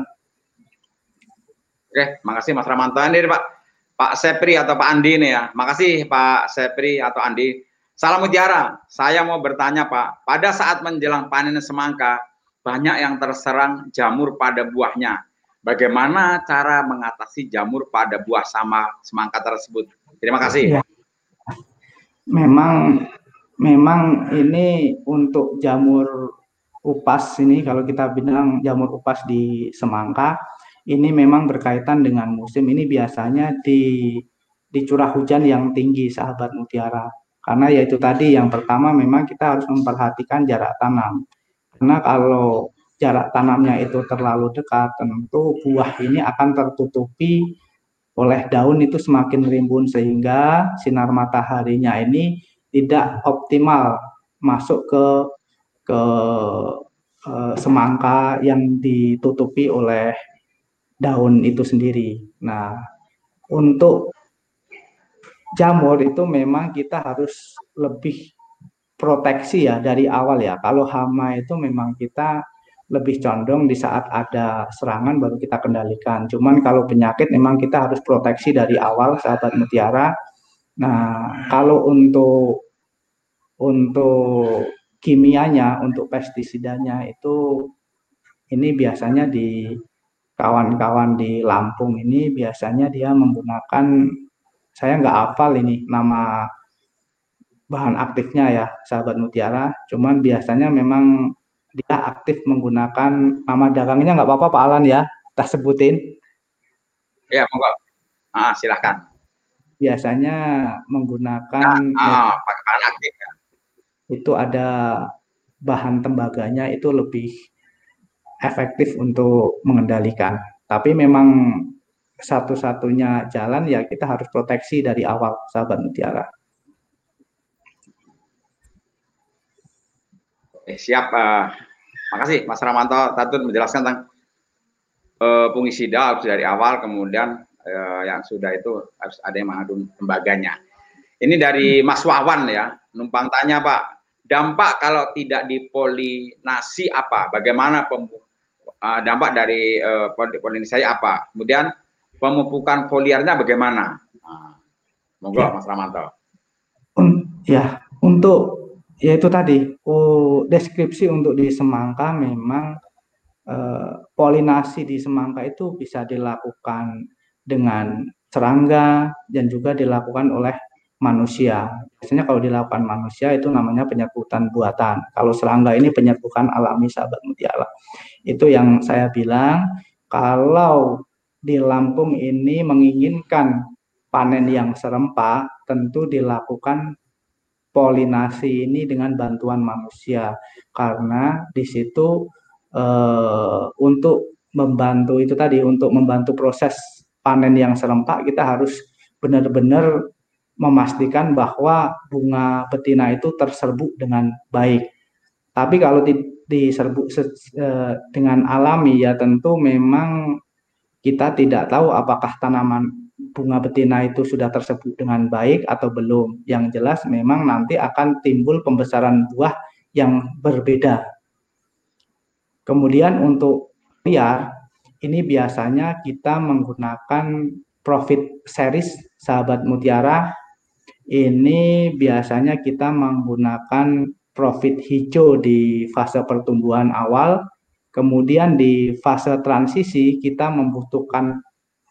[SPEAKER 1] Oke, makasih Mas Ramanto. Ini Pak Pak Sepri atau Pak Andi nih ya. Makasih Pak Sepri atau Andi. Salam mutiara. Saya mau bertanya Pak, pada saat menjelang panen semangka banyak yang terserang jamur pada buahnya. Bagaimana cara mengatasi jamur pada buah sama semangka tersebut? Terima kasih.
[SPEAKER 2] Ya. Memang memang ini untuk jamur upas ini, kalau kita bilang jamur upas di semangka ini memang berkaitan dengan musim. Ini biasanya di di curah hujan yang tinggi, sahabat mutiara. Karena yaitu tadi yang pertama memang kita harus memperhatikan jarak tanam. Karena kalau jarak tanamnya itu terlalu dekat, tentu buah ini akan tertutupi oleh daun itu semakin rimbun sehingga sinar mataharinya ini tidak optimal masuk ke ke eh, semangka yang ditutupi oleh daun itu sendiri. Nah, untuk jamur itu memang kita harus lebih proteksi ya dari awal ya. Kalau hama itu memang kita lebih condong di saat ada serangan baru kita kendalikan. Cuman kalau penyakit memang kita harus proteksi dari awal, sahabat mutiara. Nah, kalau untuk untuk kimianya, untuk pestisidanya itu ini biasanya di kawan-kawan di Lampung ini biasanya dia menggunakan, saya nggak hafal ini nama bahan aktifnya ya, sahabat mutiara. Cuman biasanya memang dia aktif menggunakan nama dagangnya, nggak apa-apa Pak Alan ya, kita sebutin.
[SPEAKER 1] Ya, monggo. Ah, silahkan.
[SPEAKER 2] Biasanya menggunakan
[SPEAKER 1] Nah, ah,
[SPEAKER 2] metode
[SPEAKER 1] pakai bahan aktif ya.
[SPEAKER 2] itu ada bahan tembaganya itu lebih efektif untuk mengendalikan. Tapi memang satu-satunya jalan ya kita harus proteksi dari awal, sahabat mutiara.
[SPEAKER 1] Eh, siap. Uh, makasih Mas Ramanto Tatun menjelaskan tentang uh, fungisida harus dari awal, kemudian uh, yang sudah itu harus ada yang mengandung tembaganya. Ini dari Mas Wawan ya, numpang tanya Pak, dampak kalau tidak dipolinasi apa? Bagaimana uh, dampak dari uh, polinisasi apa? Kemudian pemupukan foliarnya bagaimana? Nah, monggo ya. Mas Ramanto.
[SPEAKER 2] Un, ya, untuk ya itu tadi, oh, deskripsi untuk di semangka memang eh, polinasi di semangka itu bisa dilakukan dengan serangga dan juga dilakukan oleh manusia. Biasanya kalau dilakukan manusia itu namanya penyerbukan buatan. Kalau serangga ini penyerbukan alami, sahabat mutiara. Itu yang saya bilang, kalau di Lampung ini menginginkan panen yang serempak, tentu dilakukan polinasi ini dengan bantuan manusia. Karena di situ eh, untuk membantu itu tadi, untuk membantu proses panen yang serempak, kita harus benar-benar memastikan bahwa bunga betina itu terserbuk dengan baik. Tapi kalau di, diserbu eh, dengan alami ya tentu memang kita tidak tahu apakah tanaman bunga betina itu sudah tersebut dengan baik atau belum. Yang jelas memang nanti akan timbul pembesaran buah yang berbeda. Kemudian untuk liar, ini biasanya kita menggunakan profit series, sahabat mutiara. Ini biasanya kita menggunakan profit hijau di fase pertumbuhan awal. Kemudian di fase transisi kita membutuhkan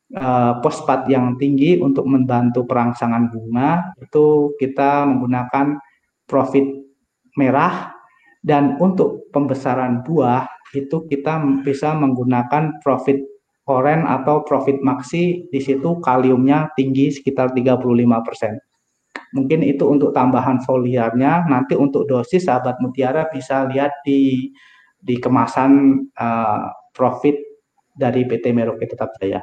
[SPEAKER 2] uh, fosfat yang tinggi untuk membantu perangsangan bunga, itu kita menggunakan profit merah. Dan untuk pembesaran buah itu kita bisa menggunakan profit oren atau profit maxi, di situ kaliumnya tinggi sekitar tiga puluh lima persen. Mungkin itu untuk tambahan foliarnya. Nanti untuk dosis sahabat mutiara bisa lihat di di kemasan uh, profit dari P T Merauke Tetap Jaya.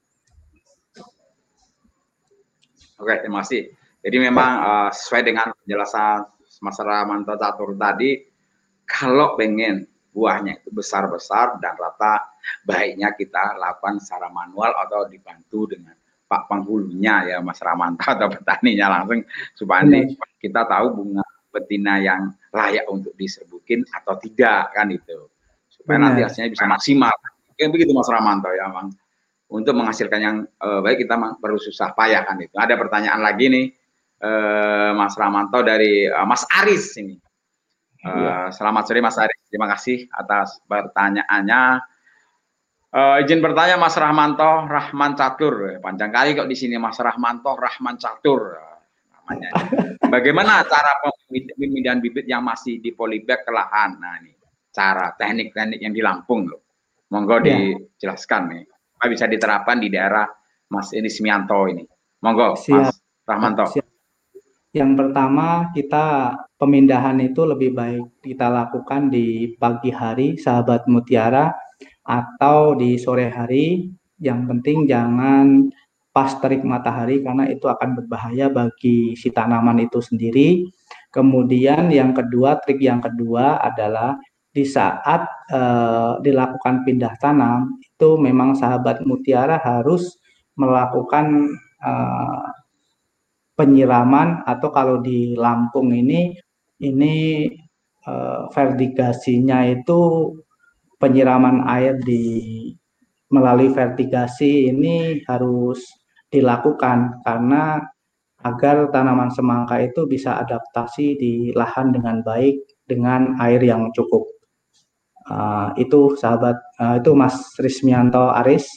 [SPEAKER 1] Oke, terima kasih. Jadi memang uh, sesuai dengan penjelasan Mas Rahmanto Catur tadi, kalau pengen buahnya itu besar-besar dan rata, baiknya kita lakukan secara manual atau dibantu dengan Pak penghulunya ya Mas Rahmanto atau petaninya langsung, supaya nanti kita tahu bunga betina yang layak untuk diserbukin atau tidak kan itu, supaya Benar. nanti hasilnya bisa maksimal. Kayak begitu Mas Rahmanto ya, Bang. Untuk menghasilkan yang uh, baik kita perlu susah payah kan itu. Ada pertanyaan lagi nih uh, Mas Rahmanto dari uh, Mas Aris ini. Uh, selamat sore Mas Aris, terima kasih atas pertanyaannya. Uh, izin bertanya Mas Rahmanto Rahman Catur, panjang kali kok di sini Mas Rahmanto Rahman Catur uh, namanya. Bagaimana cara pemindahan bibit yang masih di polybag ke lahan? Nah ini cara teknik-teknik yang di Lampung loh. Monggo ya. Dijelaskan nih. Bisa diterapkan di daerah Mas Irismianto ini. Monggo, Siap. Mas Rahmanto.
[SPEAKER 2] Siap. Yang pertama, kita pemindahan itu lebih baik kita lakukan di pagi hari, sahabat mutiara, atau di sore hari. Yang penting jangan pas terik matahari, karena itu akan berbahaya bagi si tanaman itu sendiri. Kemudian yang kedua, trik yang kedua adalah di saat uh, dilakukan pindah tanam, itu memang sahabat mutiara harus melakukan uh, penyiraman, atau kalau di Lampung ini, ini uh, vertigasinya itu penyiraman air di melalui vertigasi ini harus dilakukan, karena agar tanaman semangka itu bisa adaptasi di lahan dengan baik dengan air yang cukup. Uh, itu sahabat, uh, itu Mas Rismianto Aris.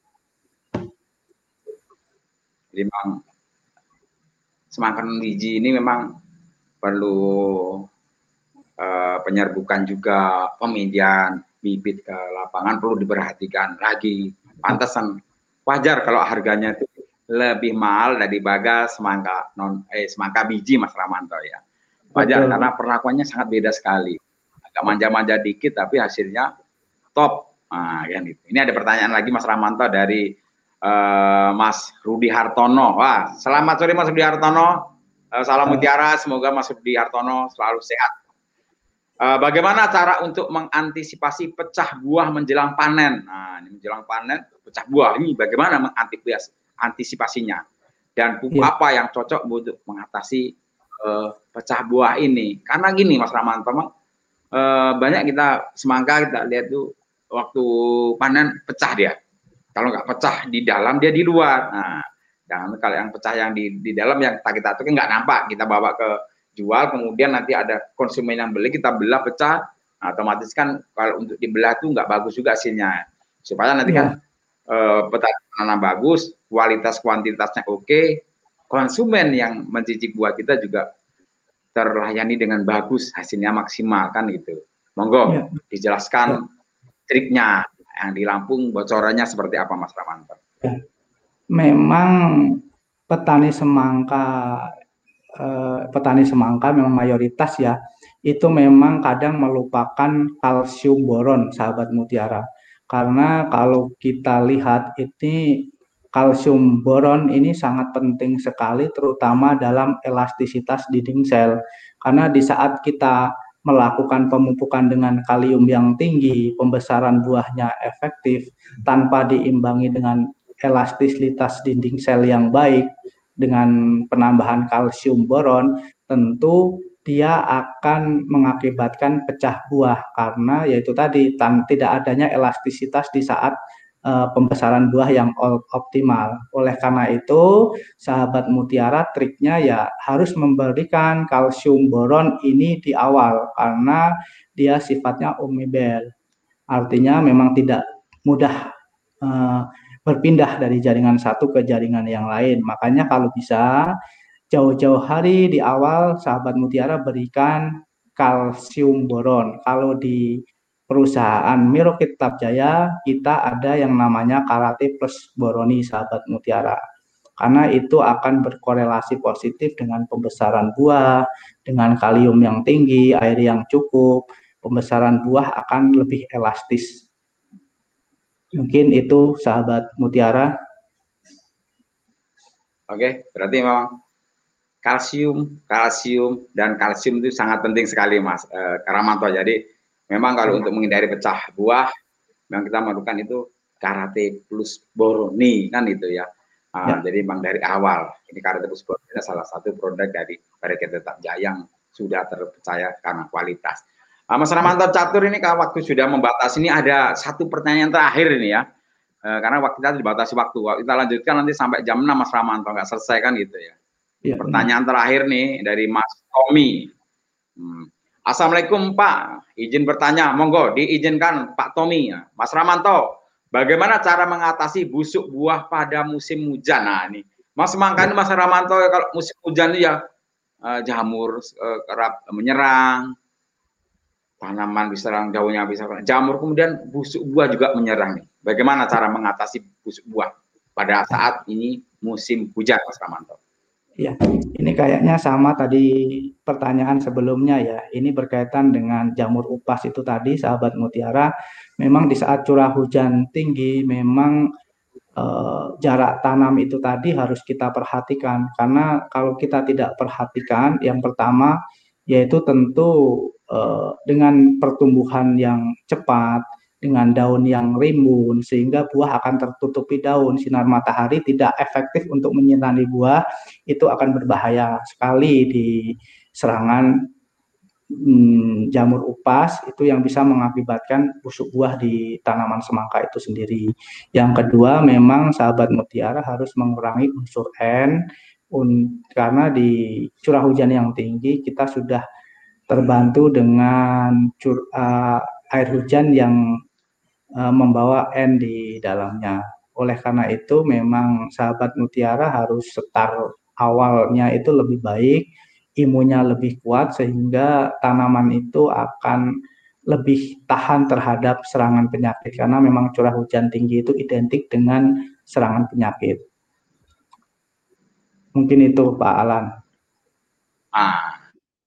[SPEAKER 1] Jadi memang semangka biji ini memang perlu uh, penyerbukan juga, pemindahan bibit ke lapangan perlu diperhatikan lagi. Pantesan wajar kalau harganya itu lebih mahal dari bagas semangka non eh semangka biji Mas Rahmanto ya. Wajar. Betul. Karena perlakuannya sangat beda sekali. Agak manja-manja dikit tapi hasilnya top. Nah, kan gitu. Ini ada pertanyaan lagi Mas Rahmanto dari uh, Mas Rudi Hartono. Wah, selamat sore Mas Rudi Hartono. Uh, salam mutiara, semoga Mas Rudi Hartono selalu sehat. Uh, bagaimana cara untuk mengantisipasi pecah buah menjelang panen? Nah, ini menjelang panen pecah buah ini bagaimana mengantisipasinya? Dan pupuk ya. Apa yang cocok untuk mengatasi uh, pecah buah ini? Karena gini Mas Rahmanto, uh, banyak kita semangka kita lihat tuh waktu panen pecah dia. Kalau nggak pecah di dalam, dia di luar. Nah, jangan kalau yang pecah yang di, di dalam yang kita tuh nggak nampak, kita bawa ke jual, kemudian nanti ada konsumen yang beli, kita belah pecah, nah, otomatis kan kalau untuk dibelah tuh nggak bagus juga hasilnya. Supaya nanti yeah. kan eh, petani bagus, kualitas kuantitasnya oke, konsumen yang mencicip buah kita juga terlayani dengan bagus, hasilnya maksimal kan gitu. Monggo yeah. dijelaskan yeah. triknya yang di Lampung, bocorannya seperti apa Mas Rahmanto? Yeah.
[SPEAKER 2] Memang petani semangka eh, petani semangka memang mayoritas ya, itu memang kadang melupakan kalsium boron sahabat mutiara. Karena kalau kita lihat ini kalsium boron ini sangat penting sekali, terutama dalam elastisitas dinding sel. Karena di saat kita melakukan pemupukan dengan kalium yang tinggi, pembesaran buahnya efektif tanpa diimbangi dengan elastisitas dinding sel yang baik dengan penambahan kalsium boron, tentu dia akan mengakibatkan pecah buah, karena yaitu tadi tan, tidak adanya elastisitas di saat uh, pembesaran buah yang optimal. Oleh karena itu, sahabat mutiara triknya ya harus memberikan kalsium boron ini di awal, karena dia sifatnya umibel. Artinya memang tidak mudah uh, berpindah dari jaringan satu ke jaringan yang lain. Makanya kalau bisa jauh-jauh hari di awal sahabat mutiara berikan kalsium boron. Kalau di perusahaan Mirokit Jaya kita ada yang namanya Karate Plus Boroni sahabat mutiara. Karena itu akan berkorelasi positif dengan pembesaran buah, dengan kalium yang tinggi, air yang cukup, pembesaran buah akan lebih elastis. Mungkin itu sahabat mutiara.
[SPEAKER 1] Oke, berarti memang kalsium, kalsium, dan kalsium itu sangat penting sekali, Mas eh, Karamanto. Jadi memang kalau untuk menghindari pecah buah, yang kita melakukan itu Karate Plus Boroni, kan itu ya. Nah,
[SPEAKER 2] Ya.
[SPEAKER 1] jadi memang dari awal, ini Karate Plus Boroni adalah salah satu produk dari Mirokit Jaya yang sudah terpercaya karena kualitas. Nah, Mas Ramanto Catur, ini kalau waktu sudah membatasi, ini ada satu pertanyaan terakhir ini ya. Eh, karena waktu kita dibatasi waktu, kita lanjutkan nanti sampai jam enam Mas Ramanto, nggak selesai kan gitu ya.
[SPEAKER 2] Ya,
[SPEAKER 1] Pertanyaan benar. Terakhir nih dari Mas Tommy. Hmm. Assalamualaikum Pak, izin bertanya, monggo diizinkan Pak Tommy. Mas Ramanto, bagaimana cara mengatasi busuk buah pada musim hujan? Nah ini, Mas Semangka ini Mas Ramanto kalau musim hujan ya uh, jamur uh, kerap menyerang, tanaman diserang, daunnya bisa jamur, kemudian busuk buah juga menyerang nih. Bagaimana cara mengatasi busuk buah pada saat ini musim hujan, Mas Ramanto?
[SPEAKER 2] Ya, ini kayaknya sama tadi pertanyaan sebelumnya ya. Ini berkaitan dengan jamur upas itu tadi, sahabat mutiara. Memang di saat curah hujan tinggi, memang eh, jarak tanam itu tadi harus kita perhatikan. Karena kalau kita tidak perhatikan, yang pertama yaitu tentu eh, dengan pertumbuhan yang cepat, dengan daun yang rimbun, sehingga buah akan tertutupi daun. Sinar matahari tidak efektif untuk menyinari buah, itu akan berbahaya sekali di serangan hmm, jamur upas, itu yang bisa mengakibatkan busuk buah di tanaman semangka itu sendiri. Yang kedua, memang sahabat mutiara harus mengurangi unsur N, un, karena di curah hujan yang tinggi kita sudah terbantu dengan cur, uh, air hujan yang uh, membawa N di dalamnya. Oleh karena itu memang sahabat mutiara harus start awalnya itu lebih baik, imunnya lebih kuat sehingga tanaman itu akan lebih tahan terhadap serangan penyakit karena memang curah hujan tinggi itu identik dengan serangan penyakit. Mungkin itu Pak Alan.
[SPEAKER 1] Ah,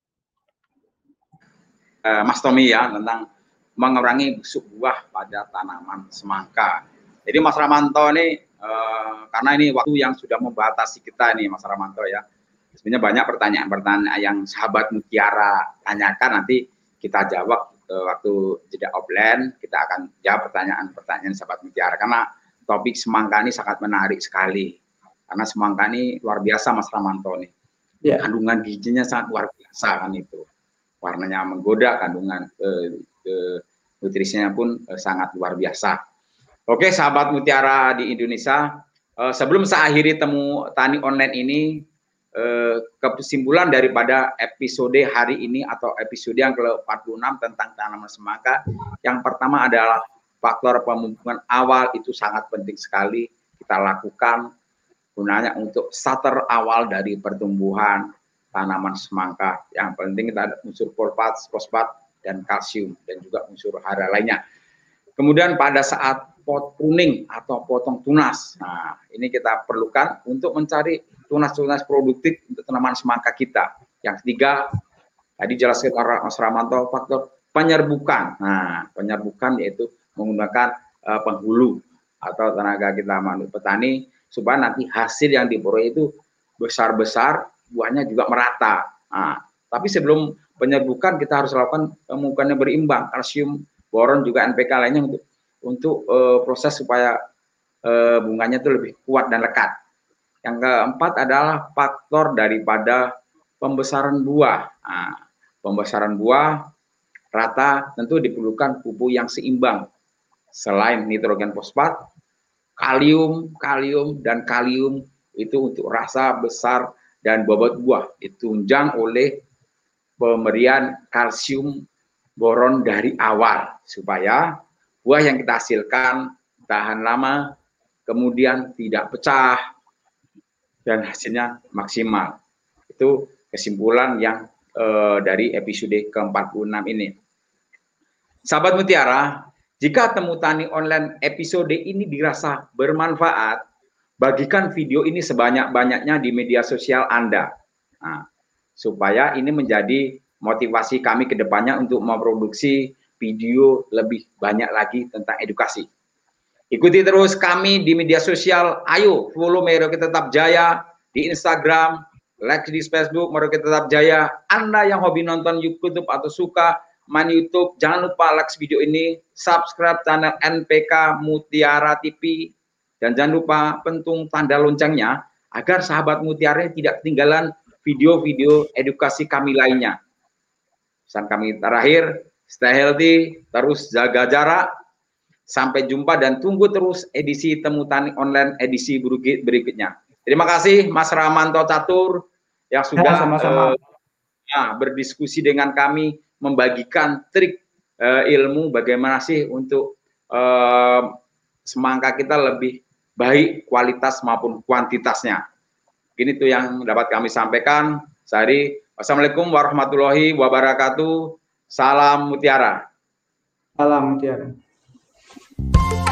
[SPEAKER 1] eh, Mas Tommy ya tentang mengurangi busuk buah pada tanaman semangka. Jadi Mas Ramanto ini eh, karena ini waktu yang sudah membatasi kita nih Mas Ramanto ya. Sebenarnya banyak pertanyaan-pertanyaan yang sahabat mutiara tanyakan, nanti kita jawab eh, waktu jeda offline, kita akan jawab pertanyaan-pertanyaan sahabat mutiara karena topik semangka ini sangat menarik sekali. Karena semangka ini luar biasa Mas Ramanto nih.
[SPEAKER 2] Ya.
[SPEAKER 1] Kandungan gizinya sangat luar biasa kan itu. Warnanya menggoda, kandungan eh, eh, nutrisinya pun eh, sangat luar biasa. Oke, sahabat mutiara di Indonesia, eh, sebelum saya akhiri temu tani online ini, eh, kesimpulan daripada episode hari ini atau episode yang ke empat puluh enam tentang tanaman semangka, yang pertama adalah faktor pemupukan awal itu sangat penting sekali kita lakukan, gunanya untuk starter awal dari pertumbuhan tanaman semangka. Yang penting kita ada unsur fosfat, fosfat dan kalsium dan juga unsur hara lainnya. Kemudian pada saat pot pruning atau potong tunas, nah ini kita perlukan untuk mencari tunas-tunas produktif untuk tanaman semangka kita. Yang ketiga, tadi jelaskan Mas Ramanto, faktor penyerbukan. Nah, penyerbukan yaitu menggunakan uh, penghulu atau tenaga kita manusia petani supaya nanti hasil yang diperoleh itu besar-besar, buahnya juga merata. Nah, tapi sebelum penyerbukan kita harus lakukan pemupukannya berimbang, kalsium, boron juga N P K lainnya untuk untuk uh, proses supaya uh, bunganya itu lebih kuat dan lekat. Yang keempat adalah faktor daripada pembesaran buah. Nah, pembesaran buah rata tentu diperlukan pupuk yang seimbang. Selain nitrogen fosfat, kalium, kalium dan kalium itu untuk rasa besar dan bobot buah ditunjang oleh pemberian kalsium boron dari awal supaya buah yang kita hasilkan tahan lama, kemudian tidak pecah, dan hasilnya maksimal. Itu kesimpulan yang eh, dari episode ke empat puluh enam ini. Sahabat Mutiara, jika Temu Tani Online episode ini dirasa bermanfaat, bagikan video ini sebanyak-banyaknya di media sosial Anda. Nah, supaya ini menjadi motivasi kami ke depannya untuk memproduksi video lebih banyak lagi tentang edukasi. Ikuti terus kami di media sosial. Ayo follow Merauke Tetap Jaya di Instagram, like di Facebook Merauke Tetap Jaya. Anda yang hobi nonton YouTube atau suka main YouTube, jangan lupa like video ini, subscribe channel N P K Mutiara T V, dan jangan lupa pentung tanda loncengnya agar sahabat Mutiara tidak ketinggalan video-video edukasi kami lainnya. Pesan kami terakhir, stay healthy, terus jaga jarak. Sampai jumpa dan tunggu terus edisi Temu Tani Online edisi berikutnya. Terima kasih Mas Ramanto Catur yang sudah
[SPEAKER 2] ya, sama-sama.
[SPEAKER 1] Uh, nah, berdiskusi dengan kami, membagikan trik uh, ilmu bagaimana sih untuk uh, semangka kita lebih baik kualitas maupun kuantitasnya. Ini tuh yang dapat kami sampaikan. Sehari, wassalamualaikum warahmatullahi wabarakatuh. Salam Mutiara.
[SPEAKER 2] Salam Mutiara.